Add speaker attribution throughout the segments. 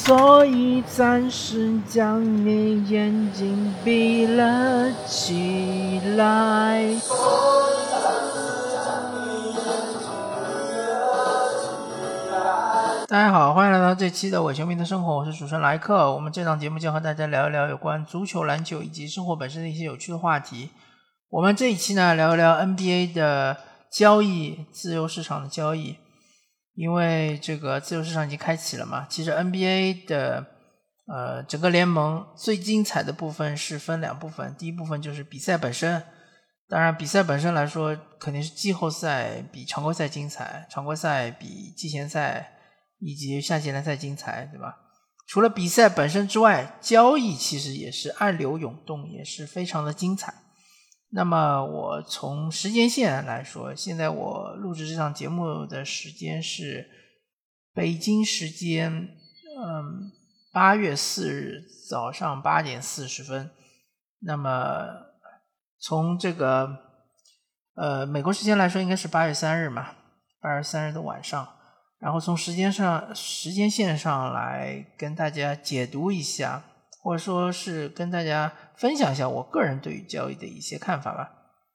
Speaker 1: 所以暂时将你眼睛闭了起来。大家好，欢迎来到这期的伪球迷的生活，我是主持人莱克。我们这档节目将和大家聊一聊有关足球、篮球以及生活本身的一些有趣的话题。我们这一期呢，聊一聊 NBA 的交易，自由市场的交易。因为这个自由市场已经开启了嘛，其实 NBA 的整个联盟最精彩的部分是分两部分，第一部分就是比赛本身，当然比赛本身来说肯定是季后赛比常规赛精彩，常规赛比季前赛以及夏季联赛精彩，对吧？除了比赛本身之外，交易其实也是暗流涌动，也是非常的精彩。那么我从时间线来说，现在我录制这档节目的时间是北京时间8月4日早上8点40分。那么从这个美国时间来说应该是8月3日嘛，8月3日的晚上。然后从时间线上来跟大家解读一下，或者说是跟大家分享一下我个人对于交易的一些看法吧。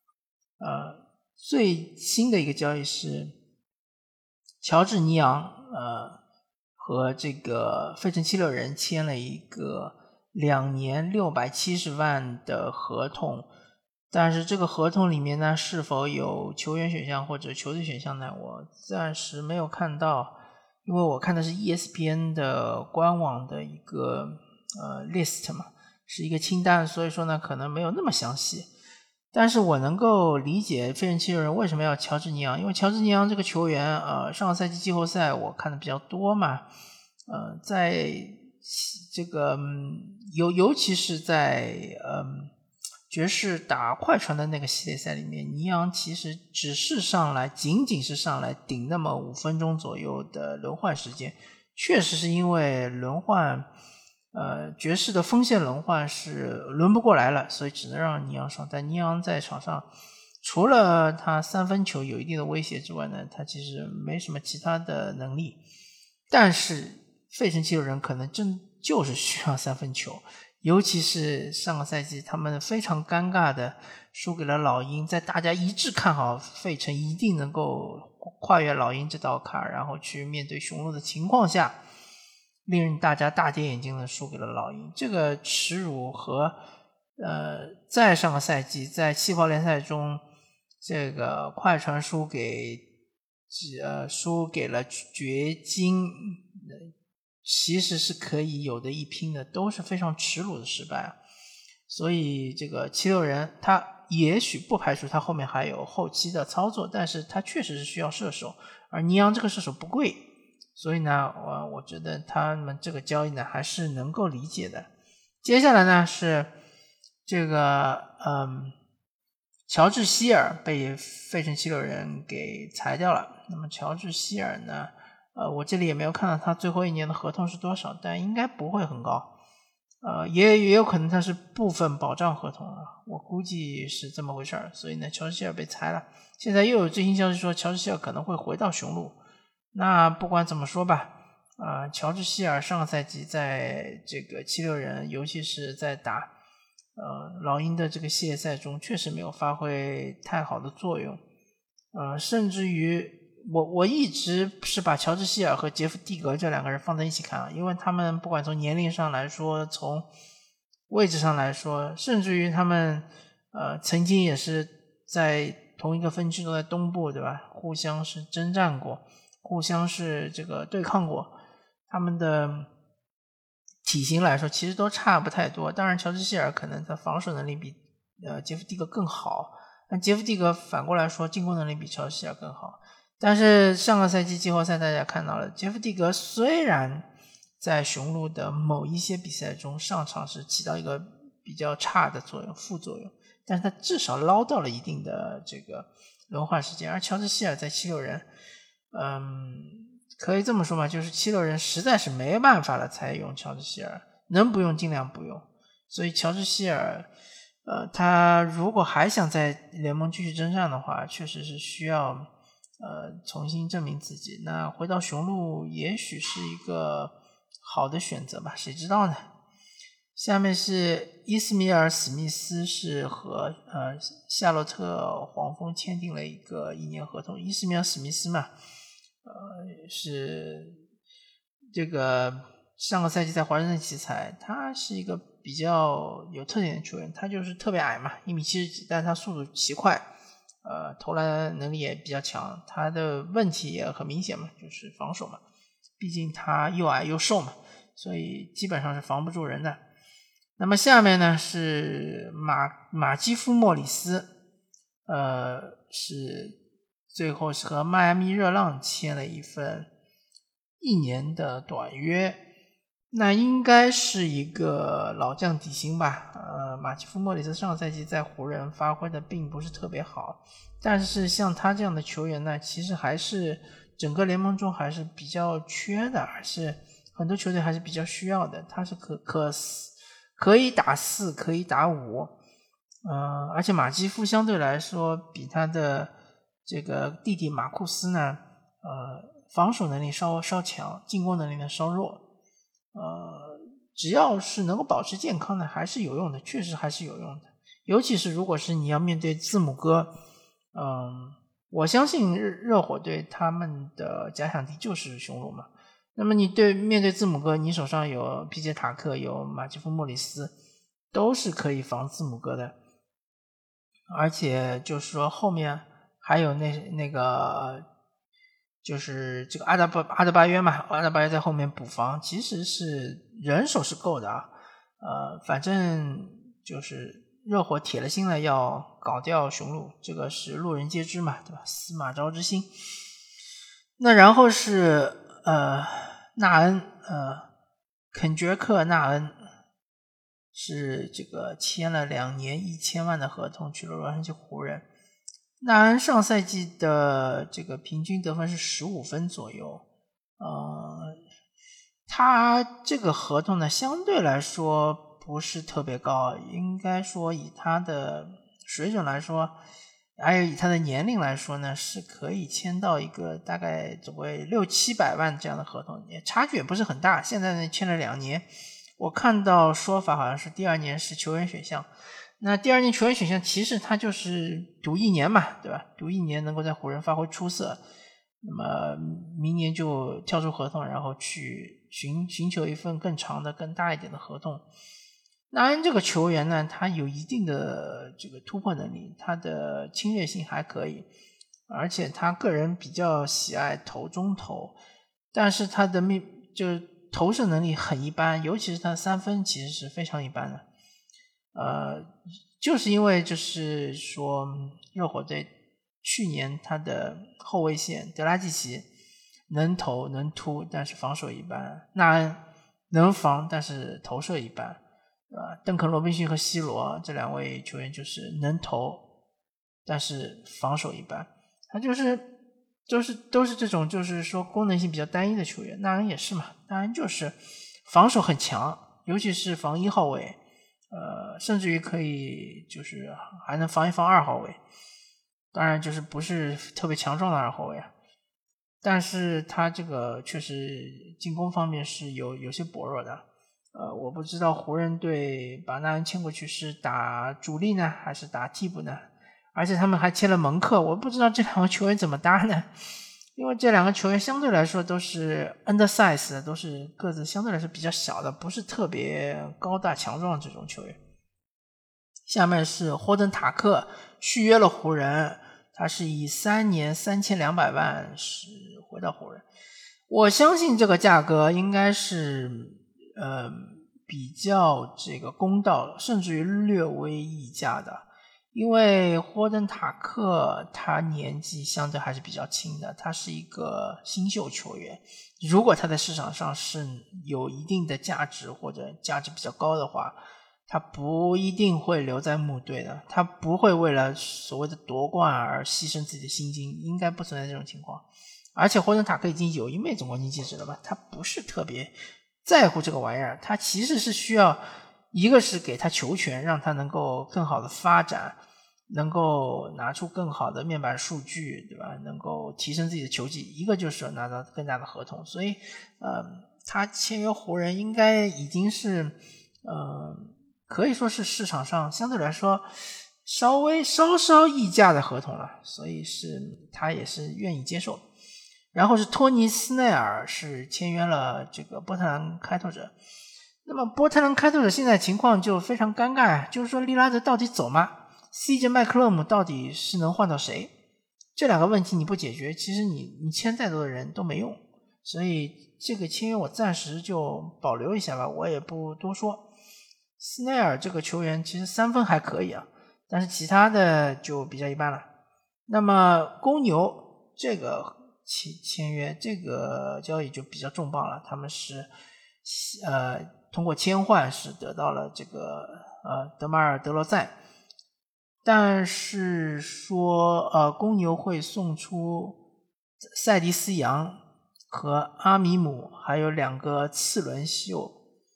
Speaker 1: 最新的一个交易是乔治尼昂和这个费城76人签了一个2年670万的合同，但是这个合同里面呢，是否有球员选项或者球队选项呢？我暂时没有看到，因为我看的是 ESPN 的官网的一个list 嘛，是一个清单，所以说呢可能没有那么详细。但是我能够理解费城76人为什么要乔治尼昂，因为乔治尼昂这个球员上个赛季季后赛我看的比较多嘛，在这个尤其是在爵士打快船的那个系列赛里面，尼昂其实仅仅是上来顶那么5分钟左右的轮换时间，确实是因为轮换爵士的锋线轮换是轮不过来了，所以只能让尼昂上。但尼昂在场上除了他三分球有一定的威胁之外呢，他其实没什么其他的能力。但是费城76人可能真就是需要三分球，尤其是上个赛季他们非常尴尬的输给了老鹰，在大家一致看好费城一定能够跨越老鹰这道坎，然后去面对雄鹿的情况下，令人大家大跌眼镜的输给了老鹰。这个耻辱和在上个赛季在气泡联赛中这个快船输给了掘金，其实是可以有的一拼的，都是非常耻辱的失败啊。所以这个76人他也许不排除他后面还有后期的操作，但是他确实是需要射手，而尼昂这个射手不贵，所以呢我觉得他们这个交易呢还是能够理解的。接下来呢是这个乔治希尔被费城76人给裁掉了。那么乔治希尔呢我这里也没有看到他最后1年的合同是多少，但应该不会很高。也有可能他是部分保障合同我估计是这么回事儿。所以呢乔治希尔被裁了，现在又有最新消息说乔治希尔可能会回到雄鹿。那不管怎么说吧乔治希尔上个赛季在这个76人尤其是在打老鹰的这个系列赛中确实没有发挥太好的作用。甚至于我一直是把乔治希尔和杰夫蒂格这两个人放在一起看因为他们不管从年龄上来说，从位置上来说，甚至于他们曾经也是在同一个分区都在东部，对吧？互相是征战过，互相是这个对抗过，他们的体型来说其实都差不太多。当然乔治希尔可能他防守能力比杰夫蒂格更好，但杰夫蒂格反过来说进攻能力比乔治希尔更好。但是上个赛季季后赛大家看到了，杰夫蒂格虽然在雄鹿的某一些比赛中上场是起到一个比较差的作用，副作用，但是他至少捞到了一定的这个轮换时间。而乔治希尔在76人可以这么说嘛，就是76人实在是没办法了才用乔治希尔，能不用尽量不用。所以乔治希尔他如果还想在联盟继续征战的话，确实是需要重新证明自己。那回到雄鹿也许是一个好的选择吧，谁知道呢？下面是伊斯米尔·史密斯是和夏洛特黄蜂签订了一个1年合同。伊斯米尔·史密斯嘛，是这个上个赛季在华盛顿奇才，他是一个比较有特点的球员，他就是特别矮嘛，1.70米几，但他速度奇快，投篮能力也比较强。他的问题也很明显嘛，就是防守嘛，毕竟他又矮又瘦嘛，所以基本上是防不住人的。那么下面呢是马基夫莫里斯，是最后是和迈阿密热浪签了一份1年的短约，那应该是一个老将底薪吧。马基夫莫里斯上赛季在湖人发挥的并不是特别好，但是像他这样的球员呢，其实还是整个联盟中还是比较缺的，而是很多球队还是比较需要的。他是可以打4，可以打5，而且马基夫相对来说比他的这个弟弟马库斯呢，防守能力稍强，进攻能力呢稍弱，只要是能够保持健康的，还是有用的，确实还是有用的。尤其是如果是你要面对字母哥，我相信热火队他们的假想敌就是雄鹿嘛。那么你面对字母哥，你手上有皮杰塔克，有马基夫莫里斯，都是可以防字母哥的。而且就是说后面还有那个就是这个阿德巴约嘛，阿德巴约在后面补防，其实是人手是够的啊。反正就是热火铁了心了要搞掉雄鹿，这个是路人皆知嘛，对吧？司马昭之心。那然后是纳恩，肯杰克纳恩是这个签了2年1000万的合同去了洛杉矶湖人。纳恩上赛季的这个平均得分是15分左右，他这个合同呢相对来说不是特别高，应该说以他的水准来说，还有以他的年龄来说呢，是可以签到一个大概总归600-700万这样的合同，差距也不是很大。现在呢签了2年，我看到说法好像是第2年是球员选项，那第2年球员选项其实他就是赌1年嘛，对吧？赌1年能够在湖人发挥出色，那么明年就跳出合同，然后去寻求一份更长的更大一点的合同。纳恩这个球员呢，他有一定的这个突破能力，他的侵略性还可以，而且他个人比较喜爱投中投，但是他的就是投射能力很一般，尤其是他3分其实是非常一般的。就是因为就是说热火队去年他的后卫线德拉季奇能投能突，但是防守一般，纳恩能防但是投射一般，邓肯罗宾逊和西罗这2位球员就是能投但是防守一般，他都是这种就是说功能性比较单一的球员。纳恩也是嘛，纳恩就是防守很强，尤其是防1号位，甚至于可以就是还能防一防2号位，当然就是不是特别强壮的2号位啊，但是他这个确实进攻方面是有些薄弱的。我不知道湖人队把纳恩签过去是打主力呢还是打替补呢，而且他们还签了蒙克，我不知道这2个球员怎么搭呢，因为这2个球员相对来说都是 undersize 的，都是个子相对来说比较小的，不是特别高大强壮这种球员。下面是霍登塔克续约了湖人，他是以3年3200万是回到湖人。我相信这个价格应该是比较这个公道，甚至于略微溢价的，因为霍登塔克他年纪相对还是比较轻的，他是一个新秀球员，如果他在市场上是有一定的价值或者价值比较高的话，他不一定会留在木队的，他不会为了所谓的夺冠而牺牲自己的薪金，应该不存在这种情况。而且霍登塔克已经有1枚总冠军戒指了吧，他不是特别在乎这个玩意儿，他其实是需要一个是给他球权，让他能够更好的发展，能够拿出更好的面板数据，对吧？能够提升自己的球技，一个就是拿到更大的合同。所以他签约湖人应该已经是可以说是市场上相对来说稍稍溢价的合同了，所以他也是愿意接受。然后是托尼斯内尔是签约了这个波特兰开拓者。那么波特兰开拓者现在情况就非常尴尬，就是说利拉德到底走吗？ CJ 麦克勒姆到底是能换到谁？这两个问题你不解决，其实你签再多的人都没用。所以这个签约我暂时就保留一下吧，我也不多说。斯内尔这个球员其实三分还可以啊，但是其他的就比较一般了。那么公牛这个签约这个交易就比较重磅了，他们是通过签换是得到了这个德马尔德罗赞，但是说公牛会送出塞迪斯杨和阿米姆还有2个次轮秀，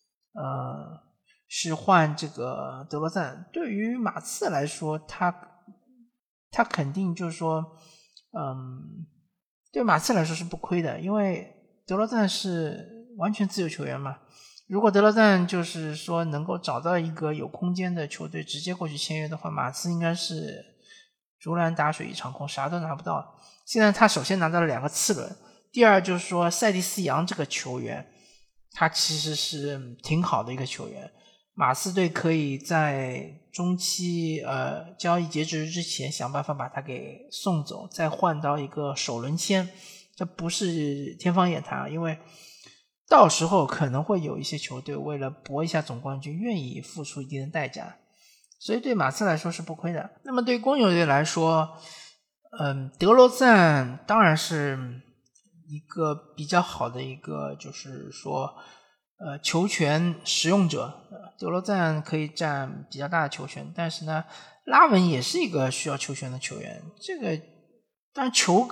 Speaker 1: 是换这个德罗赞。对于马刺来说，他肯定就是说对马刺来说是不亏的，因为德罗赞是完全自由球员嘛。如果德罗赞就是说能够找到一个有空间的球队直接过去签约的话，马刺应该是竹篮打水一场空，啥都拿不到。现在他首先拿到了2个次轮，第二就是说塞蒂斯杨这个球员他其实是挺好的一个球员，马刺队可以在中期交易截止之前想办法把他给送走，再换到一个首轮签，这不是天方夜谭，因为到时候可能会有一些球队为了搏一下总冠军愿意付出一定的代价，所以对马刺来说是不亏的。那么对公牛队来说德罗赞当然是一个比较好的一个就是说球权使用者，德罗赞可以占比较大的球权，但是呢拉文也是一个需要球权的球员，这个当然球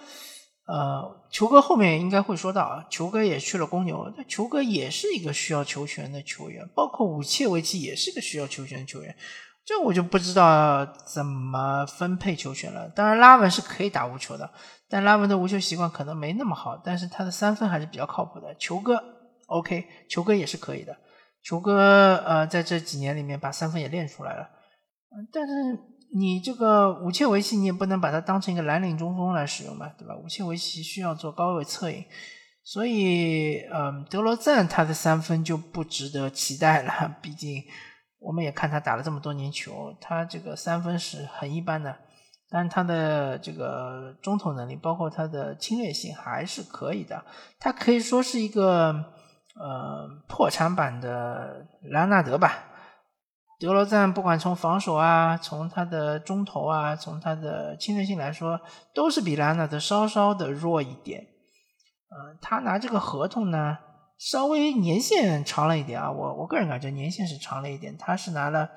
Speaker 1: 哥后面应该会说到，球哥也去了公牛，但球哥也是一个需要球权的球员，包括武切维奇也是个需要球权的球员，这我就不知道怎么分配球权了。当然拉文是可以打无球的，但拉文的无球习惯可能没那么好，但是他的三分还是比较靠谱的。球哥 OK， 球哥也是可以的，球哥在这几年里面把三分也练出来了，但是你这个武切维奇你也不能把它当成一个蓝领中锋来使用嘛，对吧？武切维奇需要做高位策应，所以德罗赞他的三分就不值得期待了，毕竟我们也看他打了这么多年球，他这个三分是很一般的，但他的这个中投能力包括他的侵略性还是可以的，他可以说是一个破产版的莱昂纳德吧。德罗赞不管从防守啊，从他的中投啊，从他的侵略性来说，都是比莱昂纳德稍稍的弱一点。他拿这个合同呢，稍微年限长了一点啊，我个人感觉年限是长了一点，他是拿了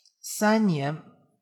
Speaker 1: 3年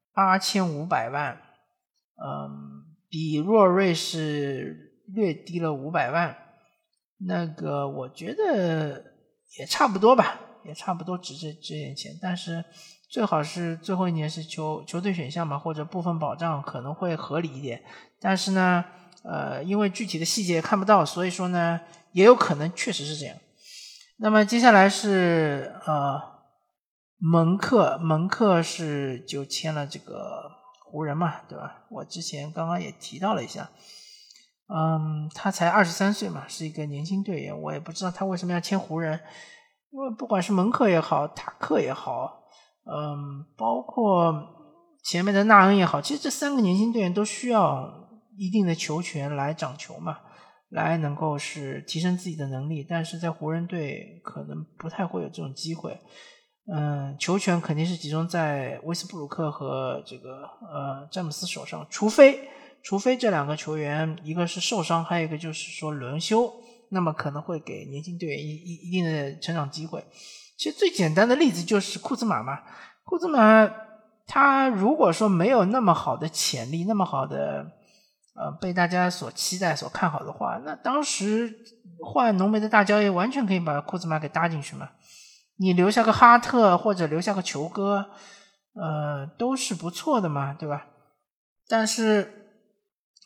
Speaker 1: 8500万，比若瑞是略低了500万，那个我觉得也差不多吧。也差不多值这点钱，但是最好是最后一年是球队选项嘛，或者部分保障可能会合理一点。但是呢，因为具体的细节看不到，所以说呢，也有可能确实是这样。那么接下来是蒙克是就签了这个湖人嘛，对吧？我之前刚刚也提到了一下，他才23岁嘛，是一个年轻队员，我也不知道他为什么要签湖人。因为不管是蒙克也好，塔克也好，包括前面的纳恩也好，其实这3个年轻队员都需要一定的球权来长球嘛，来能够是提升自己的能力，但是在湖人队可能不太会有这种机会。球权肯定是集中在威斯布鲁克和这个詹姆斯手上，除非这2个球员一个是受伤，还有一个就是说轮休，那么可能会给年轻队员一定的成长机会。其实最简单的例子就是库兹马嘛，库兹马他如果说没有那么好的潜力，那么好的被大家所期待所看好的话，那当时换浓眉的大交易完全可以把库兹马给搭进去嘛，你留下个哈特或者留下个球哥都是不错的嘛，对吧？但是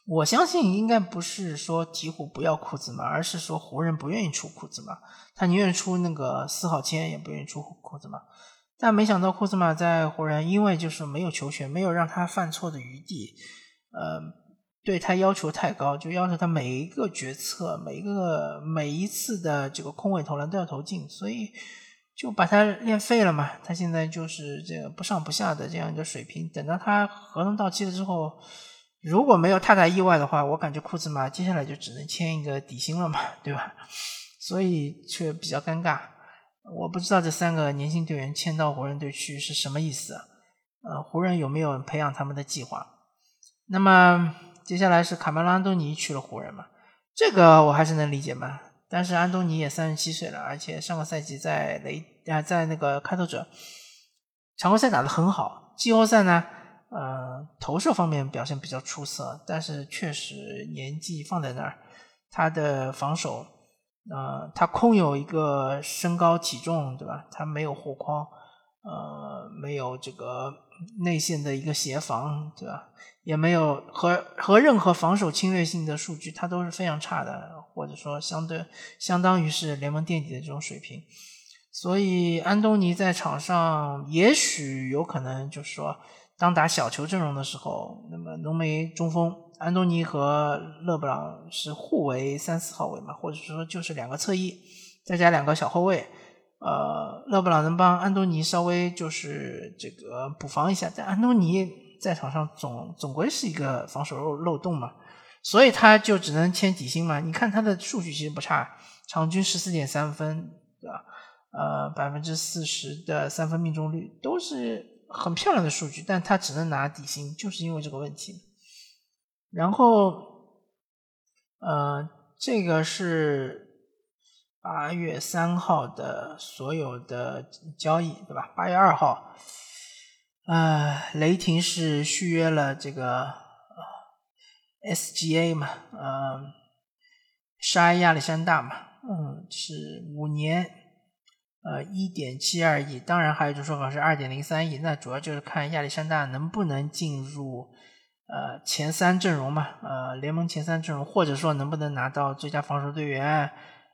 Speaker 1: 我相信应该不是说鹈鹕不要库兹马，而是说湖人不愿意出库兹马，他宁愿出那个4号签，也不愿意出库兹马。但没想到库兹马在湖人因为就是没有球权，没有让他犯错的余地，对他要求太高，就要求他每一个决策每一次的这个空位投篮都要投进，所以就把他练废了嘛。他现在就是这个不上不下的这样一个水平，等到他合同到期了之后，如果没有太大意外的话，我感觉库兹马接下来就只能签一个底薪了嘛，对吧？所以却比较尴尬。我不知道这3个年轻队员签到湖人队去是什么意思湖人有没有培养他们的计划？那么接下来是卡梅隆·安东尼去了湖人嘛，这个我还是能理解嘛。但是安东尼也37岁了，而且上个赛季在那个开拓者常规赛打得很好，季后赛呢投射方面表现比较出色，但是确实年纪放在那儿，他的防守他空有一个身高体重，对吧？他没有护框，没有这个内线的一个协防，对吧？也没有和任何防守侵略性的数据，他都是非常差的，或者说相当于是联盟垫底的这种水平。所以安东尼在场上也许有可能就是说，当打小球阵容的时候，那么浓眉中锋安东尼和勒布朗是互为3、4号位嘛，或者说就是2个侧翼，再加2个小后卫。勒布朗能帮安东尼稍微就是这个补防一下，但安东尼在场上总归是一个防守漏洞嘛，所以他就只能签底薪嘛。你看他的数据其实不差，场均 14.3 分，对吧？40%的3分命中率都是很漂亮的数据，但他只能拿底薪，就是因为这个问题。然后这个是8月3号的所有的交易，对吧？8月2号雷霆是续约了这个SGA 嘛，沙亚历山大嘛，是5年1.72亿，当然还有一种说法是 2.03 亿，那主要就是看亚历山大能不能进入前3阵容嘛，联盟前3阵容，或者说能不能拿到最佳防守队员，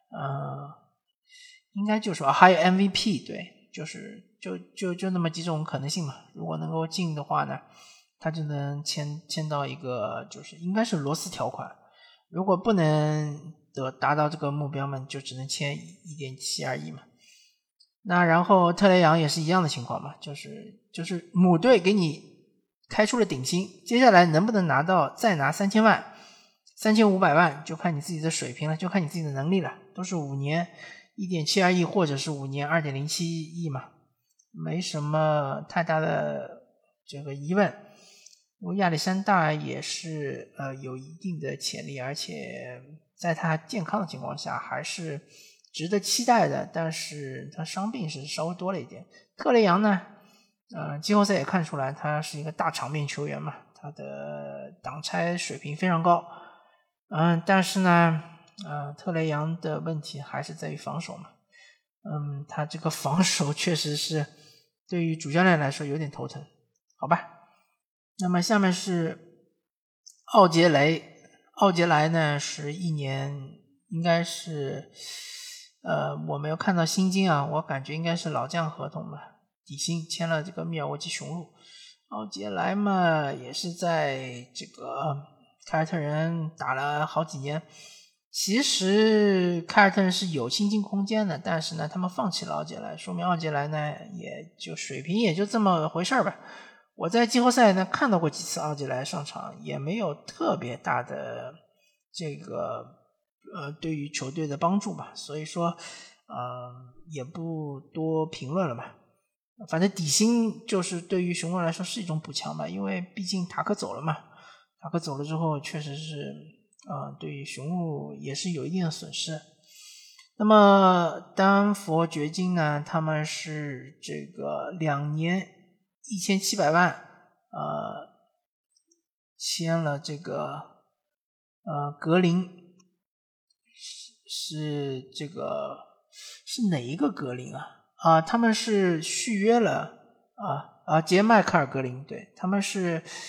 Speaker 1: 应该就是说还有 MVP， 对，就那么几种可能性嘛。如果能够进的话呢，他就能签到一个就是应该是罗斯条款，如果不能达到这个目标嘛，就只能签 1.72 亿嘛。那然后特雷杨也是一样的情况嘛，就是母队给你开出了顶薪，接下来能不能再拿3000万、3500万，就看你自己的水平了，就看你自己的能力了。都是5年 1.72 亿或者是5年 2.07 亿嘛，没什么太大的这个疑问。亚历山大也是有一定的潜力，而且在他健康的情况下还是值得期待的，但是他伤病是稍微多了一点。特雷杨呢季后赛也看出来他是一个大场面球员嘛，他的挡拆水平非常高。但是呢特雷杨的问题还是在于防守嘛。他这个防守确实是对于主教练来说有点头疼，好吧。那么下面是奥杰莱呢是1年，应该是我没有看到薪金啊，我感觉应该是老将合同吧，底薪签了这个密尔沃基雄鹿。奥杰莱嘛也是在这个凯尔特人打了好几年，其实凯尔特人是有薪金空间的，但是呢他们放弃了奥杰莱，说明奥杰莱呢也就水平也就这么回事吧。我在季后赛呢看到过几次奥杰莱上场，也没有特别大的这个对于球队的帮助吧，所以说也不多评论了吧。反正底薪就是对于雄鹿来说是一种补强吧，因为毕竟塔克走了嘛，塔克走了之后确实是对于雄鹿也是有一定的损失。那么丹佛掘金呢，他们是这个2年1700万签了这个格林，是这个是哪一个格林啊？他们是续约了杰迈克尔格林，对，他们是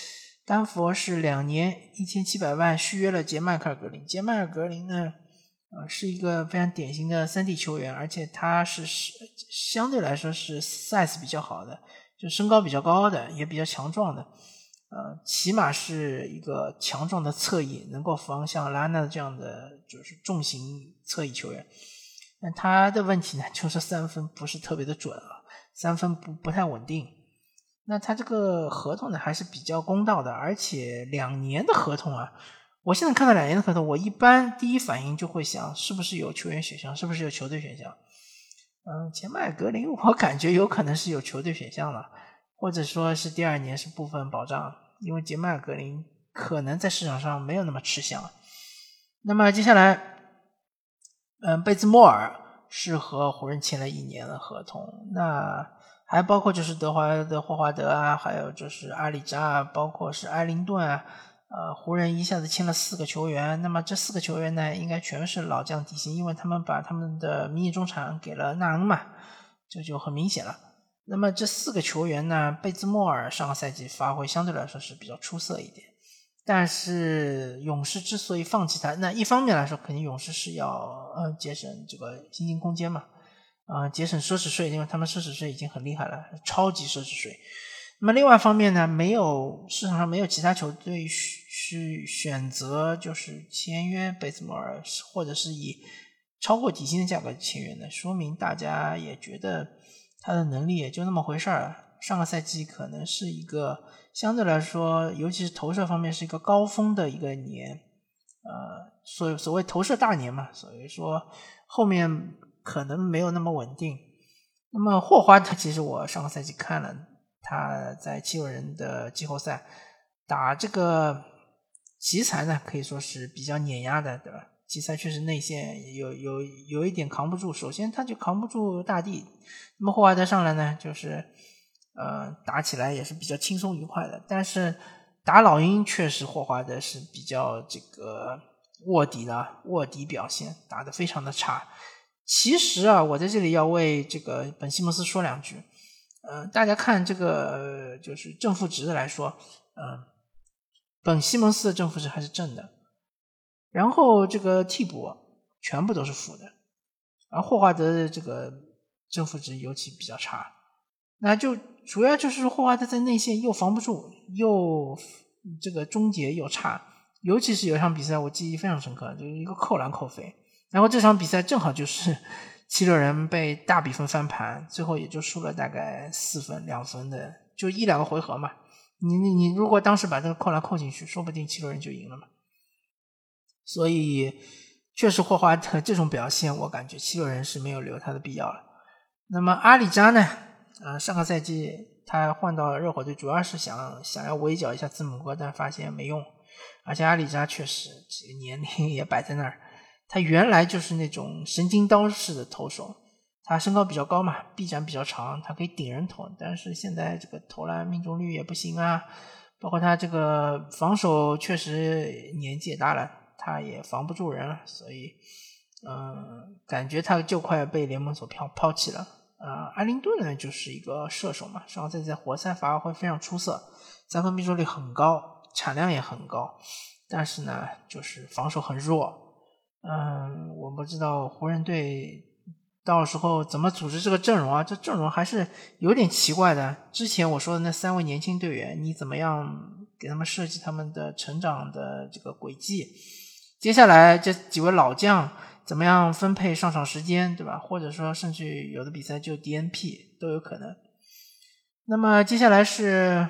Speaker 1: 丹佛是2年1700万续约了杰迈克尔格林。杰迈尔格林呢是一个非常典型的3D 球员，而且他是相对来说是 size 比较好的，就身高比较高的，也比较强壮的，起码是一个强壮的侧翼，能够防像拉纳这样的就是重型侧翼球员。但他的问题呢，就是3分不是特别的准3分不太稳定。那他这个合同呢还是比较公道的，而且2年的合同我现在看到2年的合同，我一般第一反应就会想是不是有球员选项，是不是有球队选项。杰迈尔格林我感觉有可能是有球队选项了，或者说是第2年是部分保障，因为杰迈尔格林可能在市场上没有那么吃香。那么接下来贝兹莫尔是和湖人签了1年的合同，那还包括就是霍华德还有就是阿里扎包括是埃灵顿湖人一下子签了4个球员。那么这4个球员呢，应该全是老将底薪，因为他们把他们的迷你中场给了纳恩嘛，这就很明显了。那么这4个球员呢，贝兹莫尔上个赛季发挥相对来说是比较出色一点，但是勇士之所以放弃他，那一方面来说肯定勇士是要节省这个薪金空间嘛，节省奢侈税，因为他们奢侈税已经很厉害了，超级奢侈税。那么另外一方面呢，市场上没有其他球队去选择就是签约贝兹莫尔，或者是以超过底薪的价格签约呢，说明大家也觉得他的能力也就那么回事儿。上个赛季可能是一个相对来说，尤其是投射方面是一个高峰的一个年，所谓投射大年嘛，所以说后面可能没有那么稳定。那么霍华德其实我上个赛季看了他在七六人的季后赛打这个奇才呢，可以说是比较碾压的，对吧？奇才确实内线有一点扛不住，首先他就扛不住大地。那么霍华德上来呢，就是打起来也是比较轻松愉快的，但是打老鹰确实霍华德是比较这个卧底表现打得非常的差。其实我在这里要为这个本西蒙斯说2句。大家看这个就是正负值来说，本西蒙斯的正负值还是正的，然后这个替补全部都是负的，而霍华德的这个正负值尤其比较差。那就主要就是霍华德在内线又防不住，又这个终结又差，尤其是有一场比赛我记忆非常深刻，就是一个扣篮扣飞，然后这场比赛正好就是七六人被大比分翻盘，最后也就输了大概4分2分的，就1-2个回合嘛。你如果当时把这个扣篮扣进去，说不定七六人就赢了嘛。所以确实霍华德这种表现，我感觉七六人是没有留他的必要了。那么阿里扎呢？上个赛季他换到热火队，主要是想要围剿一下字母哥，但发现没用。而且阿里扎确实这个年龄也摆在那儿，他原来就是那种神经刀式的投手，他身高比较高嘛，臂展比较长，他可以顶人投，但是现在这个投篮命中率也不行包括他这个防守确实年纪也大了，他也防不住人了，所以感觉他就快被联盟所抛弃了。埃灵顿呢就是一个射手嘛，上个赛季在活塞发挥非常出色，3分命中率很高，产量也很高，但是呢就是防守很弱。我不知道湖人队到时候怎么组织这个阵容这阵容还是有点奇怪的。之前我说的那3位年轻队员，你怎么样给他们设计他们的成长的这个轨迹？接下来这几位老将怎么样分配上场时间，对吧？或者说甚至有的比赛就 DNP 都有可能。那么接下来是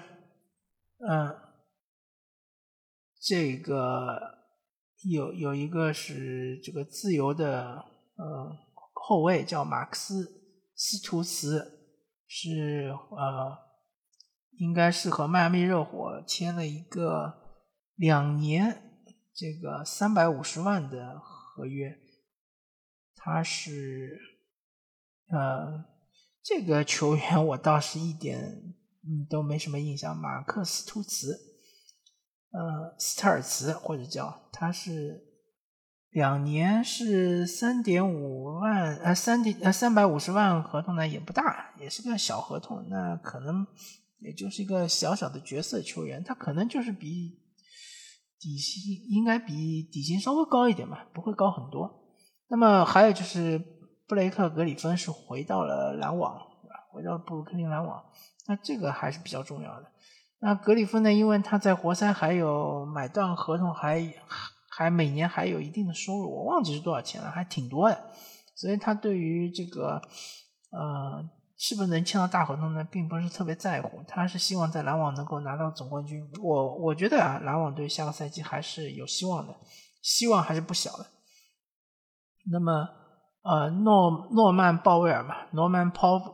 Speaker 1: 这个有一个是这个自由的后卫叫马克斯图茨，是应该是和迈阿密热火签了一个2年这个350万的合约。他是这个球员我倒是一点都没什么印象，马克斯图茨斯特尔茨或者叫他是2年是3.5万350万合同呢也不大，也是个小合同，那可能也就是一个小小的角色球员，他可能就是应该比底薪稍微高一点吧，不会高很多。那么还有就是布雷克格里芬是回到了篮网，回到布鲁克林篮网，那这个还是比较重要的。那格里芬呢，因为他在活塞还有买断合同，还每年还有一定的收入，我忘记是多少钱了，还挺多的，所以他对于这个是不是能签到大合同呢，并不是特别在乎，他是希望在篮网能够拿到总冠军。我觉得篮网队下个赛季还是有希望的，希望还是不小的。那么诺曼鲍威尔嘛，诺曼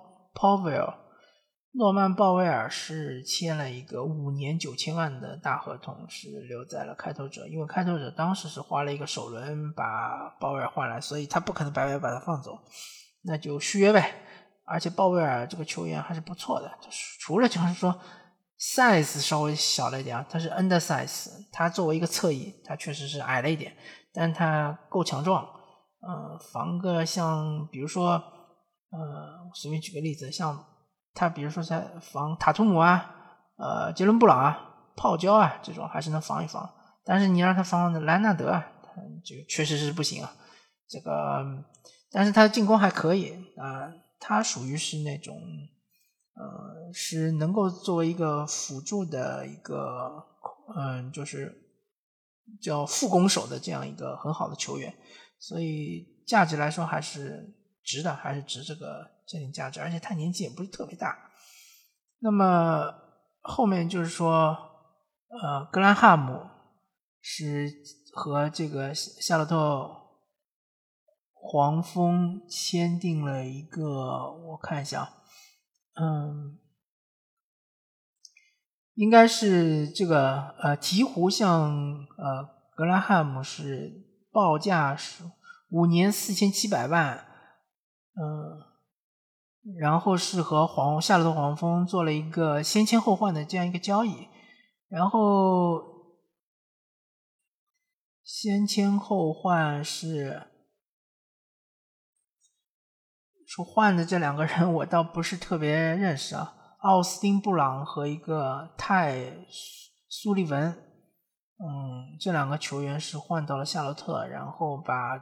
Speaker 1: 鲍威尔是签了一个5年9000万的大合同，是留在了开拓者，因为开拓者当时是花了一个首轮把鲍威尔换来，所以他不可能白白把他放走，那就续约呗。而且鲍威尔这个球员还是不错的，除了就是说 size 稍微小了一点，他是 undersize， 他作为一个侧翼他确实是矮了一点，但他够强壮，防个像比如说随便举个例子，像他比如说在防塔图姆杰伦布朗泡椒这种还是能防一防，但是你让他防兰纳德就确实是不行这个但是他的进攻还可以他属于是那种是能够作为一个辅助的一个就是叫副攻手的这样一个很好的球员，所以价值来说还是值的，还是值这点价值，而且他年纪也不是特别大。那么后面就是说格兰汉姆是和这个夏洛特黄蜂签订了一个，我看一下应该是这个鹈鹕向格兰汉姆是报价是5年4700万然后是和夏洛特黄蜂做了一个先签后换的这样一个交易，然后先签后换是说换的这两个人我倒不是特别认识奥斯汀布朗和一个苏利文这两个球员是换到了夏洛特，然后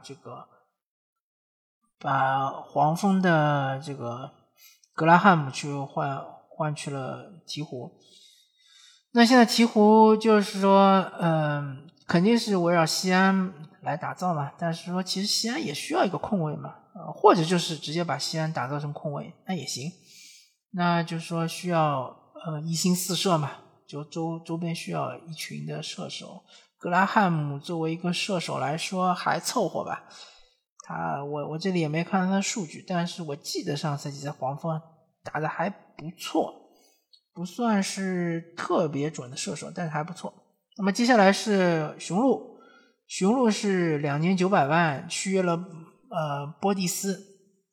Speaker 1: 把黄蜂的这个格拉汉姆去换去了鹈鹕。那现在鹈鹕就是说肯定是围绕西安来打造嘛，但是说其实西安也需要一个控卫嘛或者就是直接把西安打造成控卫那也行，那就是说需要一心四射嘛，就周边需要一群的射手，格拉汉姆作为一个射手来说还凑合吧，我这里也没看到他的数据，但是我记得上赛季在黄蜂打得还不错，不算是特别准的射手，但是还不错。那么接下来是雄鹿是2年900万续约了波蒂斯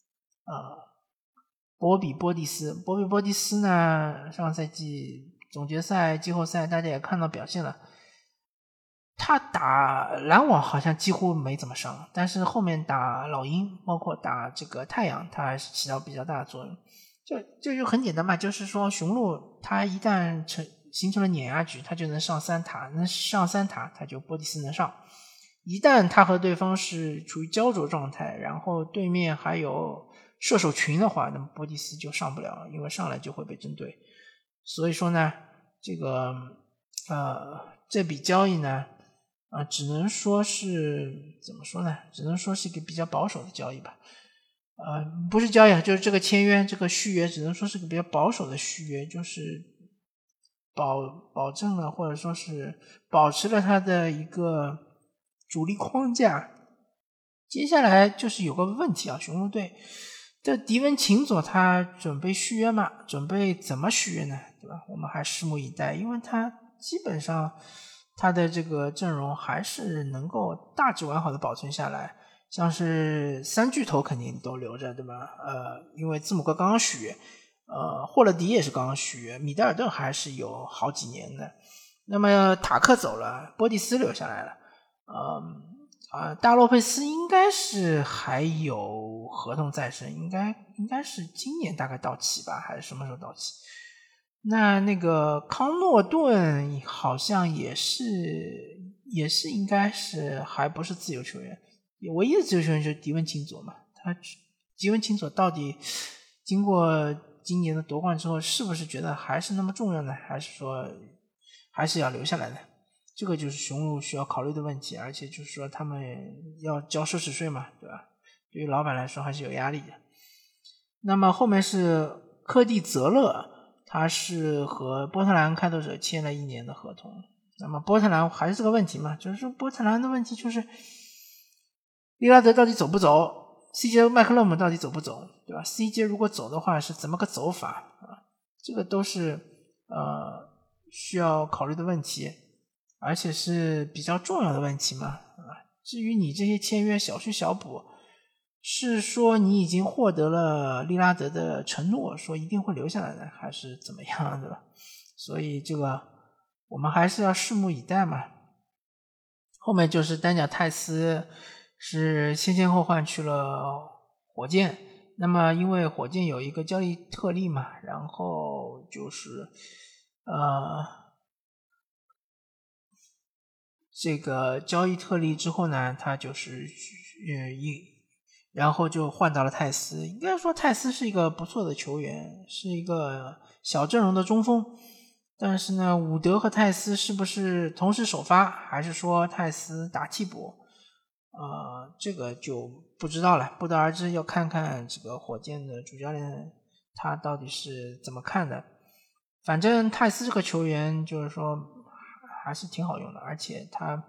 Speaker 1: 波比波蒂斯呢，上赛季总决赛季后赛大家也看到表现了，他打篮网好像几乎没怎么上，但是后面打老鹰包括打这个太阳他还是起到比较大的作用，就很简单嘛，就是说雄鹿他一旦形成了碾压局，他就能上3塔，能上3塔他就波蒂斯能上，一旦他和对方是处于焦灼状态，然后对面还有射手群的话，那么波蒂斯就上不了，因为上来就会被针对。所以说呢，这个这笔交易呢只能说是怎么说呢？只能说是一个比较保守的交易吧。不是交易就是这个签约这个续约只能说是个比较保守的续约，就是保证了或者说是保持了他的一个主力框架。接下来就是有个问题雄鹿队的迪文琴佐他准备续约吗？准备怎么续约呢？对吧？我们还拭目以待，因为他基本上他的这个阵容还是能够大致完好的保存下来，像是3巨头肯定都留着，对吧？因为字母哥刚刚续约，霍勒迪也是刚刚续约，米德尔顿还是有好几年的。那么塔克走了，波蒂斯留下来了，大洛佩斯应该是还有合同在身，应该是今年大概到期吧，还是什么时候到期？ 那个康诺顿好像也是应该是还不是自由球员，唯一的自由球员就是迪文钦佐嘛。他迪文钦佐到底经过今年的夺冠之后，是不是觉得还是那么重要呢？还是说还是要留下来呢？这个就是雄鹿需要考虑的问题，而且就是说他们要交奢侈税嘛，对吧？对于老板来说还是有压力的。那么后面是科蒂泽勒，他是和波特兰开拓者签了1年的合同。那么波特兰还是这个问题嘛，就是说波特兰的问题就是利拉德到底走不走， CJ 麦克勒姆到底走不走，对吧？ CJ 如果走的话是怎么个走法啊？这个都是需要考虑的问题，而且是比较重要的问题嘛。至于你这些签约小修小补，是说你已经获得了利拉德的承诺，说一定会留下来的，还是怎么样的？所以这个我们还是要拭目以待嘛。后面就是丹贾泰斯是先后换去了火箭，那么因为火箭有一个交易特例嘛，然后就是这个交易特例之后呢，他就是然后就换到了泰斯。应该说泰斯是一个不错的球员，是一个小阵容的中锋，但是呢伍德和泰斯是不是同时首发，还是说泰斯打替补，这个就不知道了，不得而知，要看看这个火箭的主教练他到底是怎么看的。反正泰斯这个球员就是说还是挺好用的，而且他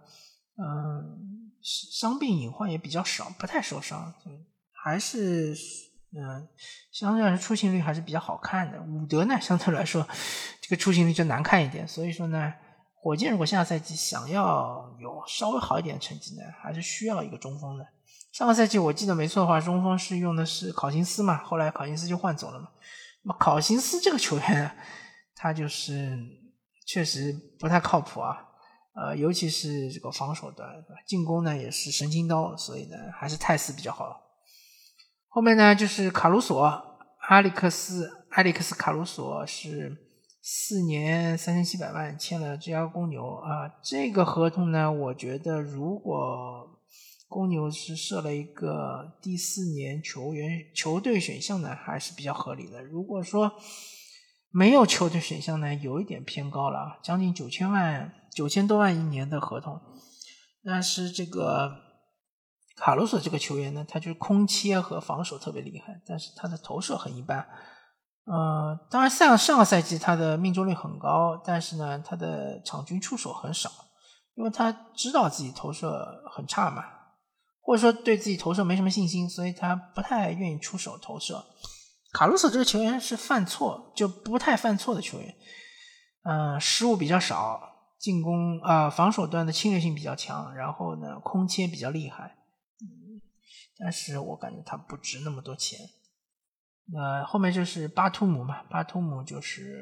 Speaker 1: 伤病隐患也比较少，不太受伤，还是相对来说出勤率还是比较好看的。伍德呢相对来说这个出勤率就难看一点，所以说呢火箭如果下赛季想要有稍微好一点的成绩呢，还是需要一个中锋的。上个赛季我记得没错的话，中锋是用的是考辛斯嘛，后来考辛斯就换走了嘛。那么考辛斯这个球员他就是确实不太靠谱啊，尤其是这个防守端，进攻呢也是神经刀，所以呢还是泰斯比较好。后面呢就是卡鲁索，埃里克斯卡鲁索是4年3700万签了芝加哥公牛啊。这个合同呢，我觉得如果公牛是设了一个第4年球队选项呢，还是比较合理的。如果说没有球队选项呢，有一点偏高了，将近9000多万1年的合同。但是这个卡鲁索这个球员呢，他就是空切和防守特别厉害，但是他的投射很一般。当然上个赛季他的命中率很高，但是呢他的场均出手很少，因为他知道自己投射很差嘛，或者说对自己投射没什么信心，所以他不太愿意出手投射。卡鲁索这个球员是就不太犯错的球员，失误比较少，进攻防守端的侵略性比较强，然后呢空切比较厉害，但是我感觉他不值那么多钱。后面就是巴图姆嘛，巴图姆是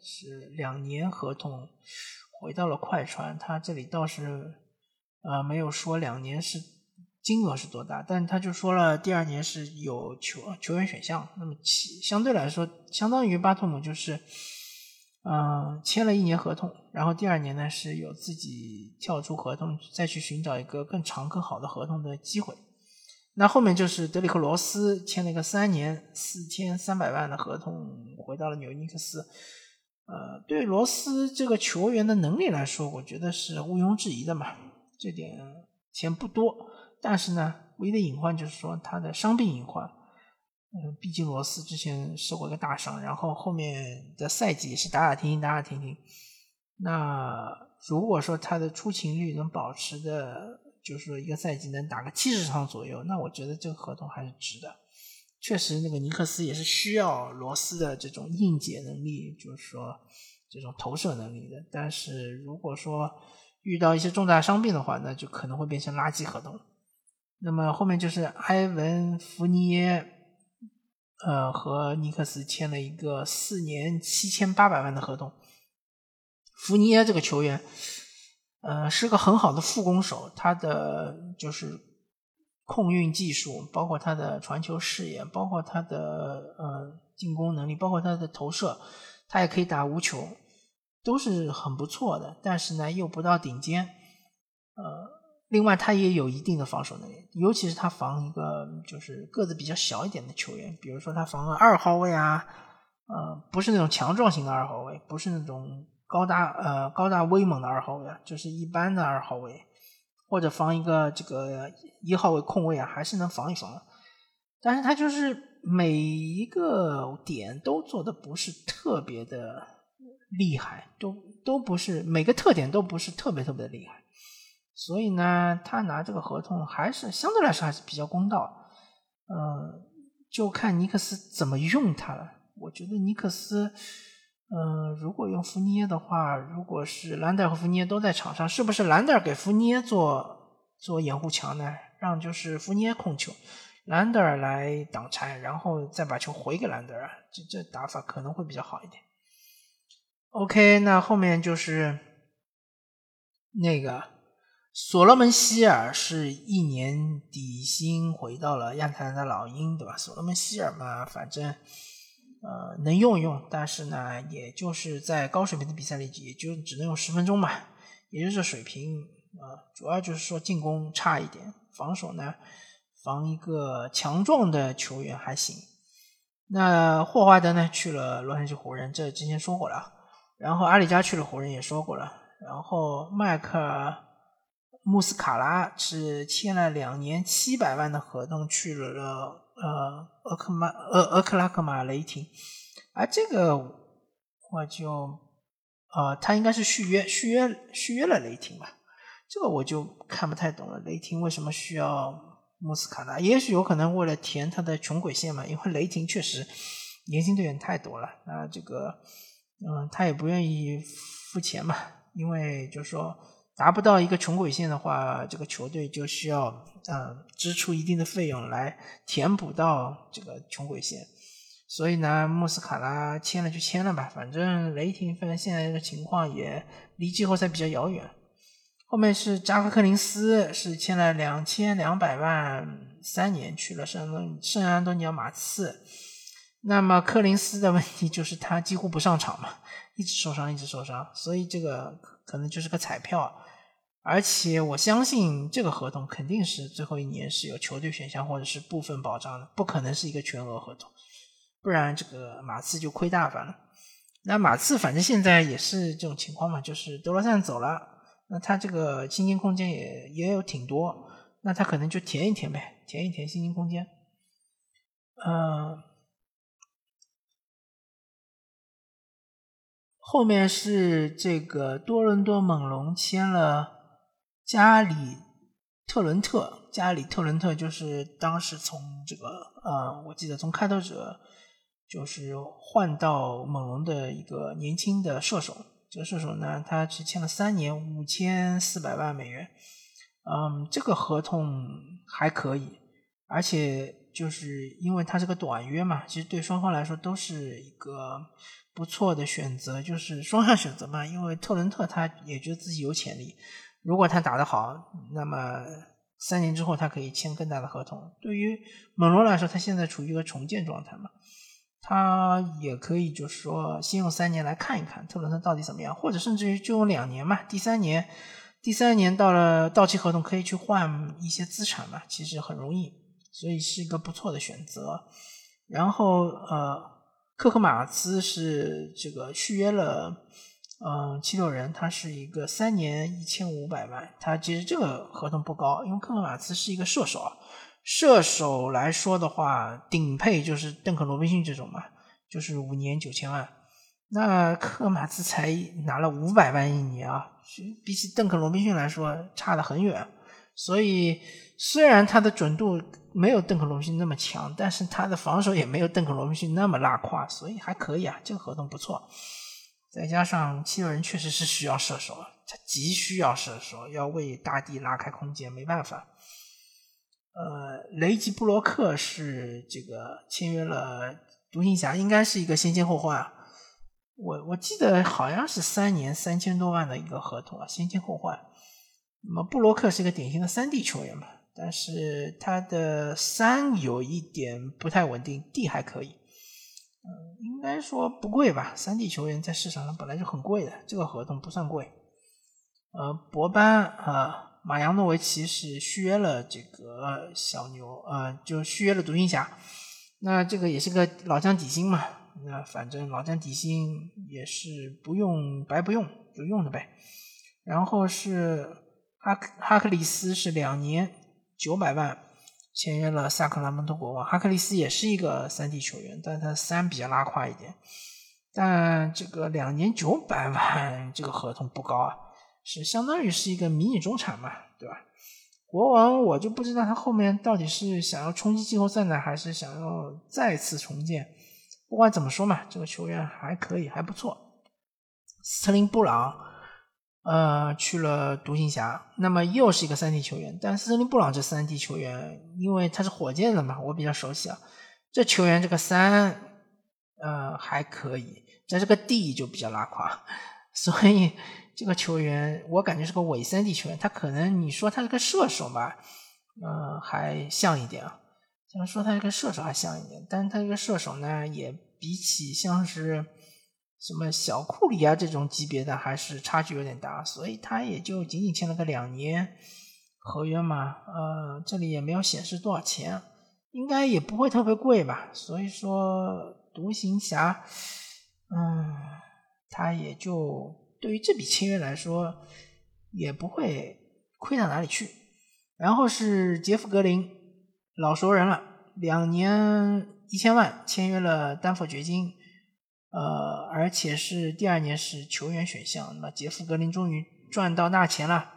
Speaker 1: 2年合同回到了快船，他这里倒是没有说2年是金额是多大，但他就说了第2年是有球员选项，那么相对来说相当于巴图姆就是签了1年合同，然后第2年呢是有自己跳出合同再去寻找一个更长更好的合同的机会。那后面就是德里克罗斯签了一个3年4300万的合同回到了纽约尼克斯。对罗斯这个球员的能力来说，我觉得是毋庸置疑的嘛，这点钱不多，但是呢唯一的隐患就是说他的伤病隐患。毕竟罗斯之前受过一个大伤，然后后面的赛季也是打打停停。那如果说他的出勤率能保持的，就是说一个赛季能打个70场左右，那我觉得这个合同还是值的。确实那个尼克斯也是需要罗斯的这种应解能力，就是说这种投射能力的，但是如果说遇到一些重大伤病的话，那就可能会变成垃圾合同。那么后面就是埃文福尼耶和尼克斯签了一个4年7800万的合同。福尼耶这个球员是个很好的副攻手，他的就是控运技术，包括他的传球视野，包括他的进攻能力，包括他的投射， 他也可以打无球，都是很不错的，但是呢又不到顶尖。另外他也有一定的防守能力，尤其是他防一个就是个子比较小一点的球员，比如说他防个2号位啊，不是那种强壮型的2号位，不是那种高大威猛的2号位啊，就是一般的2号位，或者防一个这个1号位控卫啊，还是能防一防。但是他就是每一个点都做的不是特别的厉害，都不是，每个特点都不是特别的厉害，所以呢他拿这个合同还是相对来说还是比较公道。就看尼克斯怎么用他了。我觉得尼克斯如果用福尼耶的话，如果是兰德尔和福尼耶都在场上，是不是兰德尔给福尼耶做掩护墙呢？让就是福尼耶控球，兰德尔来挡拆，然后再把球回给兰德尔，这打法可能会比较好一点。OK， 那后面就是那个所罗门希尔是1年底薪回到了亚特兰大老鹰，对吧？所罗门希尔嘛，反正能用一用，但是呢也就是在高水平的比赛里也就只能用10分钟吧，也就是水平。主要就是说进攻差一点，防守呢防一个强壮的球员还行。那霍华德呢去了洛杉矶湖人，这之前说过了。然后阿里加去了湖人也说过了。然后迈克尔穆斯卡拉是签了2年700万的合同去了俄克拉荷马雷霆。这个我就他应该是续约了雷霆吧，这个我就看不太懂了，雷霆为什么需要穆斯卡拉？也许有可能为了填他的穷鬼线嘛，因为雷霆确实年轻队员太多了，那这个他也不愿意付钱嘛，因为就是说达不到一个穷鬼线的话，这个球队就需要支出一定的费用来填补到这个穷鬼线。所以呢穆斯卡拉签了就签了吧，反正雷霆现在的情况也离季后赛比较遥远。后面是扎克·柯林斯是签了2200万3年去了圣安东尼奥马刺。那么柯林斯的问题就是他几乎不上场嘛，一直受伤，所以这个可能就是个彩票。而且我相信这个合同肯定是最后1年是有球队选项或者是部分保障的，不可能是一个全额合同，不然这个马刺就亏大发了。那马刺反正现在也是这种情况嘛，就是德罗赞走了，那他这个薪金空间也有挺多，那他可能就填一填呗，填一填薪金空间。后面是这个多伦多猛龙签了加里特伦特就是当时从这个我记得从开拓者就是换到猛龙的一个年轻的射手，这个射手呢他是签了3年5400万美元。这个合同还可以，而且就是因为它是个短约嘛，其实对双方来说都是一个不错的选择，就是双向选择嘛。因为特伦特他也觉得自己有潜力，如果他打得好，那么3年之后他可以签更大的合同。对于猛龙来说，他现在处于一个重建状态嘛，他也可以就是说先用3年来看一看特伦特到底怎么样，或者甚至于就用2年嘛，第三年到了到期合同可以去换一些资产嘛，其实很容易，所以是一个不错的选择。然后科克马兹是这个续约了七六人，他是一个3年1500万，他其实这个合同不高，因为科克马兹是一个射手来说的话顶配就是邓肯罗宾逊这种嘛，就是5年9000万，那科克马兹才拿了500万1年啊，比起邓肯罗宾逊来说差得很远。所以虽然他的准度没有邓肯罗宾逊那么强，但是他的防守也没有邓肯罗宾逊那么拉胯，所以还可以啊，这个合同不错。再加上七六人确实是需要射手，他急需要射手，要为大帝拉开空间，没办法。雷吉布洛克是这个签约了独行侠，应该是一个先签后换啊。我记得好像是3年3000多万的一个合同啊，先签后换。那么布洛克是一个典型的3D 球员嘛，但是他的3有一点不太稳定，D 还可以。 应该说不贵吧，3D 球员在市场上本来就很贵的，这个合同不算贵。博班马扬诺维奇是续约了这个小牛，就续约了独行侠。那这个也是个老将底薪嘛，那反正老将底薪也是不用白不用，就用的呗。然后是哈克里斯是2年900万签约了萨克拉门托国王。哈克里斯也是一个3D 球员，但他3比较拉胯一点，但这个2年900万这个合同不高啊，是相当于是一个迷你中产嘛，对吧？国王我就不知道他后面到底是想要冲击季后赛呢，还是想要再次重建。不管怎么说嘛，这个球员还可以，还不错。斯特林布朗去了独行侠，那么又是一个3D 球员，但斯特林布朗这3D 球员因为他是火箭的嘛，我比较熟悉啊。这球员这个3还可以，但这个 D 就比较拉胯，所以这个球员我感觉是个伪3D 球员。他可能你说他是个射手吧，还像一点啊，像说他是个射手还像一点，但是他这个射手呢，也比起像是什么小库里啊这种级别的还是差距有点大，所以他也就仅仅签了个2年合约嘛，这里也没有显示多少钱，应该也不会特别贵吧，所以说独行侠他也就对于这笔签约来说也不会亏到哪里去。然后是杰夫格林，老熟人了，2年1000万签约了丹佛掘金，而且是第2年是球员选项。那么杰夫格林终于赚到大钱了，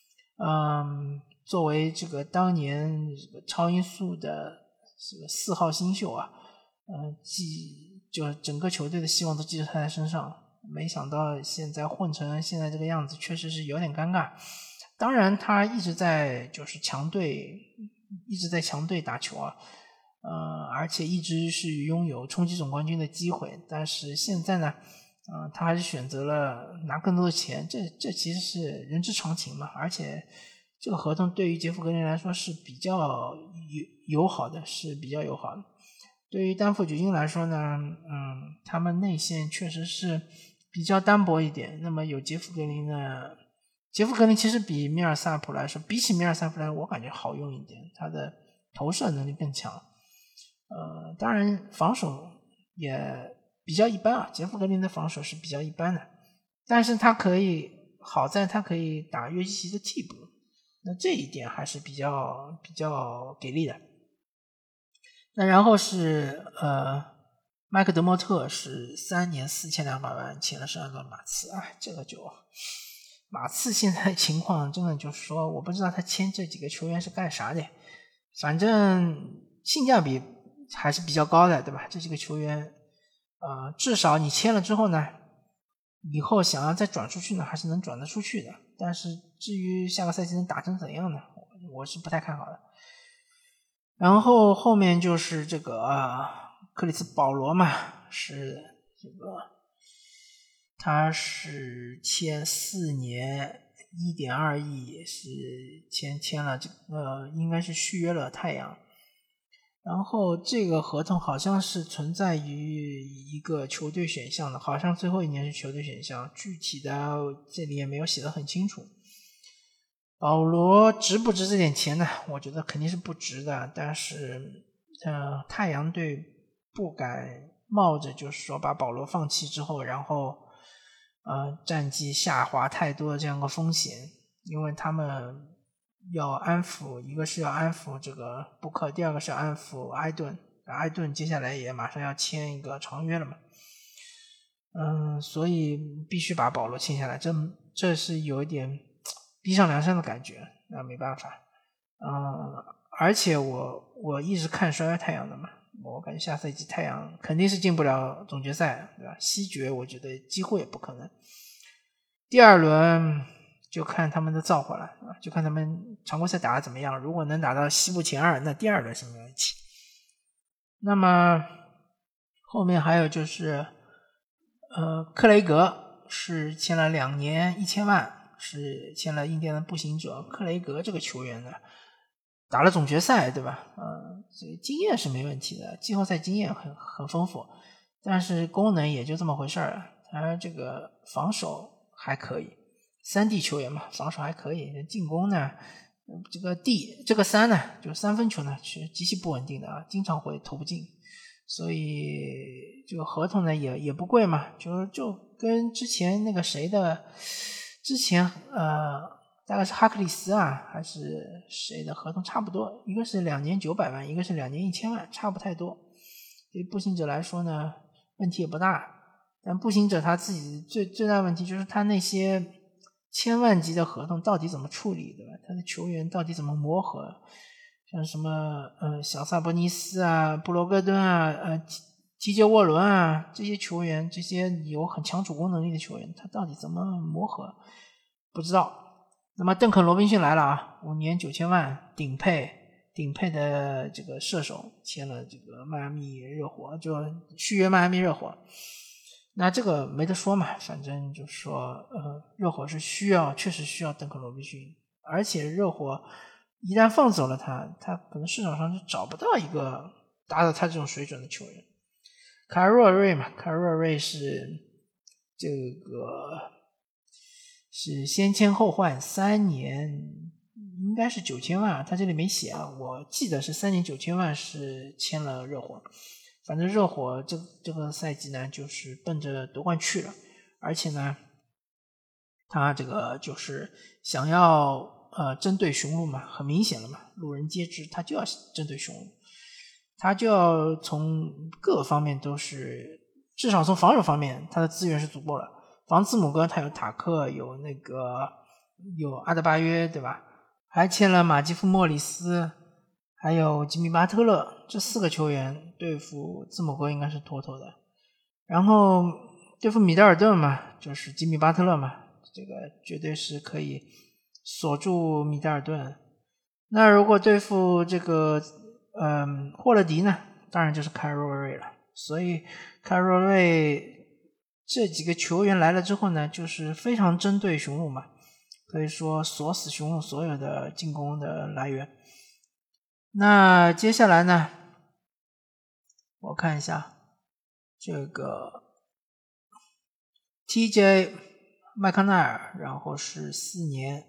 Speaker 1: 作为这个当年这个超音速的这个4号新秀啊，就整个球队的希望都寄托在他身上，没想到现在混成现在这个样子，确实是有点尴尬。当然他一直在就是强队打球啊，而且一直是拥有冲击总冠军的机会，但是现在呢，他还是选择了拿更多的钱，这其实是人之常情嘛。而且这个合同对于杰夫格林来说是比较友好的，是比较友好的。对于丹佛掘金来说呢，他们内线确实是比较单薄一点。那么有杰夫格林呢，杰夫格林其实比米尔萨普来说，比起米尔萨普来，我感觉好用一点，他的投射能力更强。当然防守也比较一般啊，杰夫格林的防守是比较一般的，但是他好在他可以打约基奇的替补，那这一点还是比较给力的。那然后是麦克德莫特是3年4200万签了圣安东尼马刺啊，这个就马刺现在情况真的就是说，我不知道他签这几个球员是干啥的，反正性价比还是比较高的，对吧？这几个球员至少你签了之后呢，以后想要再转出去呢，还是能转得出去的。但是至于下个赛季能打成怎样呢，我是不太看好的。然后后面就是这个克里斯保罗嘛，是这个他是签4年1.2亿，是签了这个应该是续约了太阳。然后这个合同好像是存在于一个球队选项的，好像最后1年是球队选项，具体的这里也没有写得很清楚。保罗值不值这点钱呢？我觉得肯定是不值的，但是太阳队不敢冒着就是说把保罗放弃之后，然后战绩下滑太多的这样个风险，因为他们要安抚，一个是要安抚这个布克，第二个是要安抚埃顿，埃顿接下来也马上要签一个长约了嘛，所以必须把保罗签下来，这是有一点逼上梁山的感觉，那没办法，而且我一直看衰太阳的嘛，我感觉下赛季太阳肯定是进不了总决赛，对吧？西决我觉得几乎也不可能。第2轮就看他们的造化了，就看他们常规赛打得怎么样。如果能打到西部前2，那第2轮是没问题。那么后面还有就是克雷格是签了2年1000万，是签了印第安的步行者。克雷格这个球员呢，打了总决赛，对吧？所以经验是没问题的，季后赛经验很丰富。 但是功能也就这么回事儿，他这个防守还可以，3D 球员嘛，防守还可以，进攻呢，这个3呢，就是3分球呢是极其不稳定的啊，经常会投不进，所以这个合同呢也不贵嘛，就跟之前那个谁的，之前大概是哈克里斯啊还是谁的合同差不多，一个是2年900万，一个是2年1000万，差不太多。对步行者来说呢，问题也不大，但步行者他自己最大问题就是他那些千万级的合同到底怎么处理，对吧？他的球员到底怎么磨合？像什么小萨博尼斯啊、布罗格顿啊、TJ 沃伦啊，这些球员，这些有很强主攻能力的球员，他到底怎么磨合？不知道。那么邓肯罗宾逊来了啊，5年9000万顶配的这个射手签了这个迈阿密热火，就续约迈阿密热火。那这个没得说嘛，反正就是说热火是确实需要邓肯罗宾逊，而且热火一旦放走了他可能市场上就找不到一个达到他这种水准的球员。凯尔若瑞是这个是先签后换3年，应该是9000万，他这里没写啊，我记得是3年9000万是签了热火。反正热火这个赛季呢，就是奔着夺冠去了，而且呢，他这个就是想要针对雄鹿嘛，很明显了嘛，路人皆知，他就要针对雄鹿，他就要从各个方面都是，至少从防守方面，他的资源是足够了。防字母哥他有塔克，有阿德巴约，对吧？还签了马基夫莫里斯，还有吉米巴特勒，这4个球员对付字母哥应该是妥妥的。然后对付米德尔顿嘛，就是吉米巴特勒嘛，这个绝对是可以锁住米德尔顿。那如果对付这个霍勒迪呢，当然就是凯尔若瑞了。所以凯尔若瑞这几个球员来了之后呢，就是非常针对雄鹿嘛，可以说锁死雄鹿所有的进攻的来源。那接下来呢，我看一下这个 TJ 麦康奈尔，然后是4年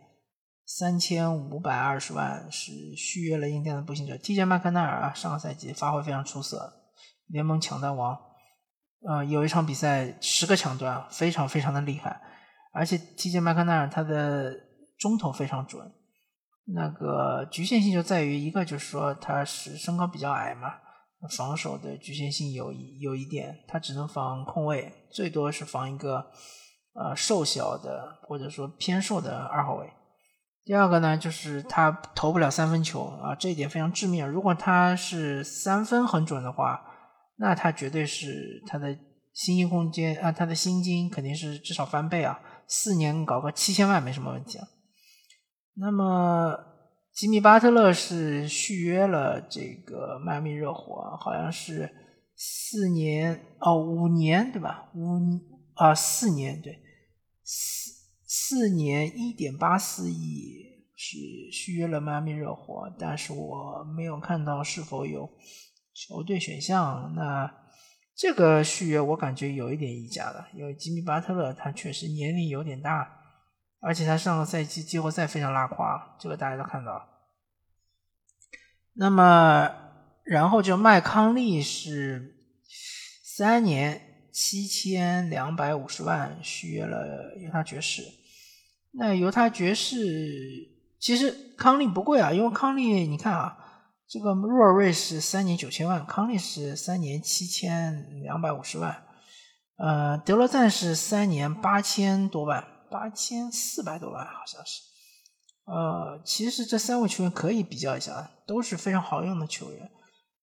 Speaker 1: 3520万，是续约了印第安的步行者。TJ 麦康奈尔啊，上个赛季发挥非常出色，联盟抢断王，有一场比赛10个抢断，非常非常的厉害。而且 TJ 麦康奈尔他的中投非常准，那个局限性就在于一个就是说他是身高比较矮嘛，防守的局限性有一点，他只能防控卫，最多是防一个瘦小的或者说偏瘦的2号位。第二个呢，就是他投不了3分球啊，这一点非常致命。如果他是3分很准的话，那他绝对是他的薪金空间啊，他的薪金肯定是至少翻倍啊，4年搞个7000万没什么问题啊。那么吉米巴特勒是续约了这个迈阿密热火，好像是5年对吧？4年对，4年1.84亿是续约了迈阿密热火，但是我没有看到是否有球队选项。那这个续约我感觉有一点溢价的，因为吉米巴特勒他确实年龄有点大，而且他上个赛季季后赛非常拉胯，这个大家都看到。那么然后就麦康利是3年7250万续约了犹他爵士。那犹他爵士其实康利不贵啊，因为康利你看啊，这个若瑞是3年9000万，康利是3年7250万，德罗赞是3年8000多万，8400多万好像是。其实这3位球员可以比较一下，都是非常好用的球员。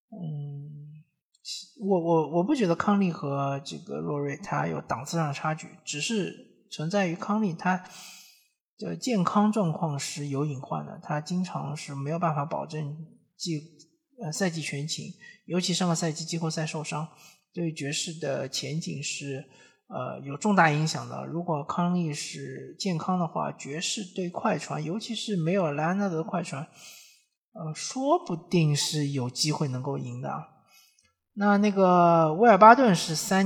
Speaker 1: 我不觉得康利和这个洛瑞他有档次上的差距，只是存在于康利他的健康状况是有隐患的，他经常是没有办法保证赛季全勤，尤其上个赛季季后赛受伤，对爵士的前景是有重大影响的。如果康利是健康的话，爵士对快船，尤其是没有莱昂纳德的快船，说不定是有机会能够赢的。 那个威尔巴顿是2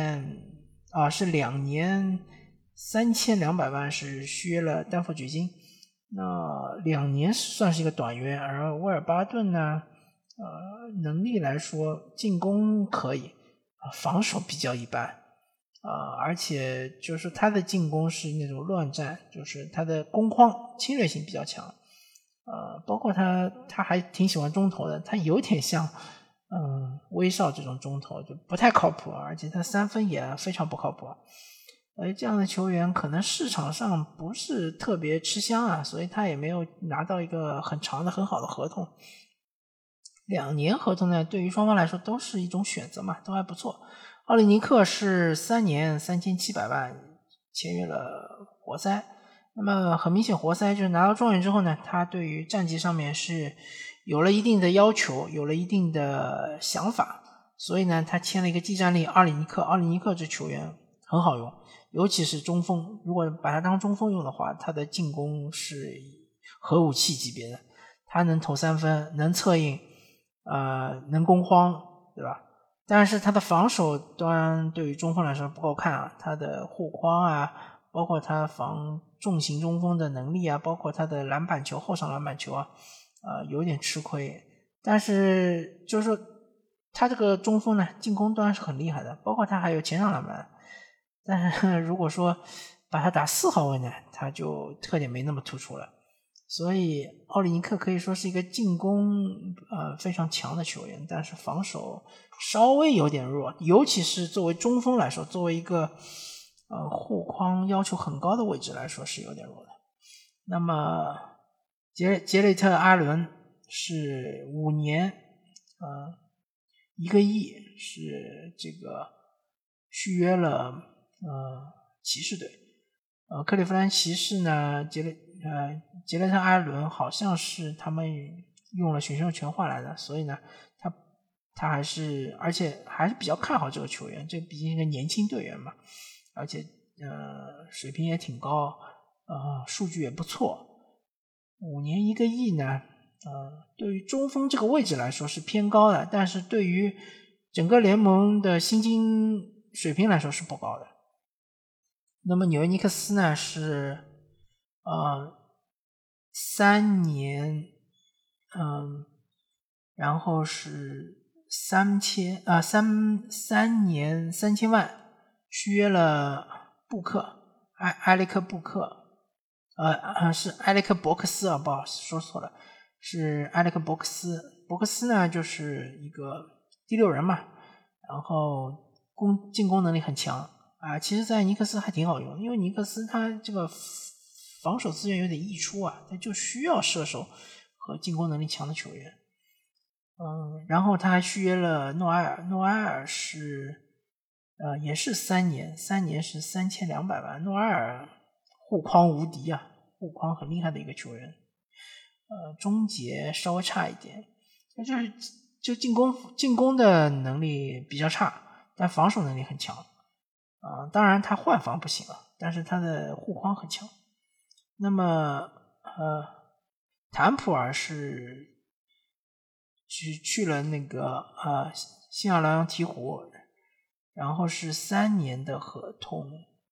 Speaker 1: 年3200万是续约了丹佛掘金，那2年算是一个短约，而威尔巴顿呢能力来说进攻可以，防守比较一般，而且就是他的进攻是那种乱战，就是他的攻框侵略性比较强，包括他还挺喜欢中投的，他有点像威少这种中投就不太靠谱，而且他3分也非常不靠谱，这样的球员可能市场上不是特别吃香啊，所以他也没有拿到一个很长的很好的合同。2年合同呢，对于双方来说都是一种选择嘛，都还不错。奥利尼克是3年3700万签约了活塞，那么很明显活塞就是拿到状元之后呢，他对于战绩上面是有了一定的要求，有了一定的想法，所以呢他签了一个技战力奥利尼克这球员很好用，尤其是中锋，如果把他当中锋用的话，他的进攻是核武器级别的，他能投3分，能策应能攻荒，对吧？但是他的防守端对于中锋来说不够看啊，他的护框啊，包括他防重型中锋的能力啊，包括他的篮板球后场篮板球啊，有点吃亏。但是就是说他这个中锋呢，进攻端是很厉害的，包括他还有前场篮板。但是如果说把他打4号位呢，他就特点没那么突出了。所以奥利尼克可以说是一个进攻非常强的球员，但是防守稍微有点弱，尤其是作为中锋来说，作为一个护框要求很高的位置来说是有点弱的。那么杰雷特·阿伦是5年1个亿，是这个续约了骑士队。克利夫兰骑士呢，杰雷特·阿伦好像是他们用了选秀权换来的，所以呢他还是而且还是比较看好这个球员，这毕竟一个年轻队员嘛，而且水平也挺高，数据也不错。5年1个亿呢，对于中锋这个位置来说是偏高的，但是对于整个联盟的薪金水平来说是不高的。那么纽约尼克斯呢是3年然后是3年3000万续约了布克，埃雷克布克，是埃雷克伯克斯啊，不好意思说错了，是埃雷克伯克斯。伯克斯呢就是一个第6人嘛，然后进攻能力很强啊，其实在尼克斯还挺好用，因为尼克斯他这个防守资源有点溢出啊，他就需要射手和进攻能力强的球员。然后他还续约了诺埃尔是也是3年是3200万，诺埃尔护框无敌啊，护框很厉害的一个球员，终结稍微差一点，就进攻的能力比较差，但防守能力很强，当然他换防不行了，但是他的护框很强。那么坦普尔是去了那个新奥尔良鹈鹕，然后是3年的合同，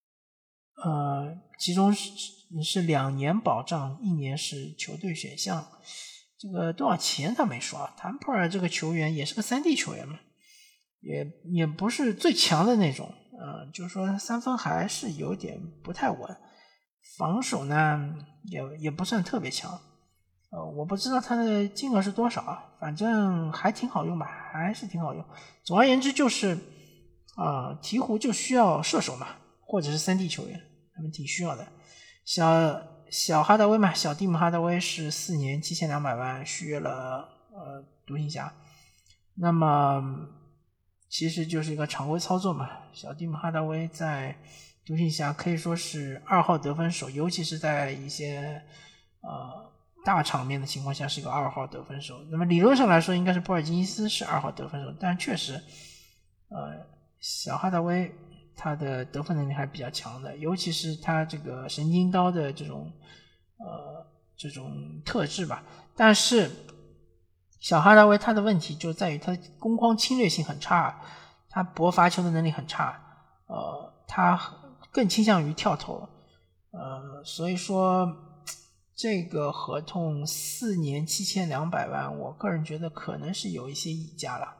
Speaker 1: 其中是2年保障，1年是球队选项。这个多少钱他没说啊。坦普尔这个球员也是个3D 球员嘛，也不是最强的那种，就是说3分还是有点不太稳，防守呢也不算特别强。我不知道他的金额是多少，反正还挺好用吧，还是挺好用。总而言之就是鹈鹕就需要射手嘛，或者是3D 球员，他们挺需要的。小哈达威嘛，小蒂姆哈达威是4年7200万续约了独行侠，那么其实就是一个常规操作嘛。小蒂姆哈达威在独行侠可以说是2号得分手，尤其是在一些大场面的情况下是一个2号得分手。那么理论上来说应该是波尔津吉斯是2号得分手，但确实小哈达威他的得分能力还比较强的，尤其是他这个神经刀的这种特质吧。但是小哈达威他的问题就在于他攻框侵略性很差，他搏罚球的能力很差，他更倾向于跳投，所以说这个合同4年7200万，我个人觉得可能是有一些溢价了，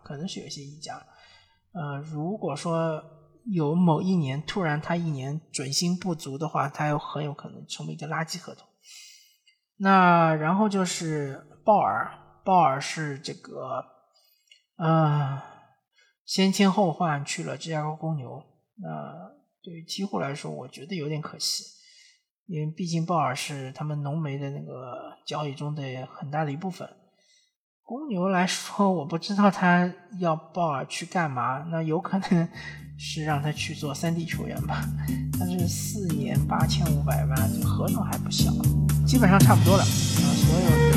Speaker 1: 如果说有某一年突然他一年准薪不足的话，他很有可能成为一个垃圾合同。那然后就是鲍尔是这个先签后换去了芝加哥公牛，对于鹈鹕来说我觉得有点可惜，因为毕竟鲍尔是他们浓眉的那个交易中的很大的一部分。公牛来说我不知道他要鲍尔去干嘛，那有可能是让他去做3D 球员吧，但是4年8500万，这合同还不小，基本上差不多了，所有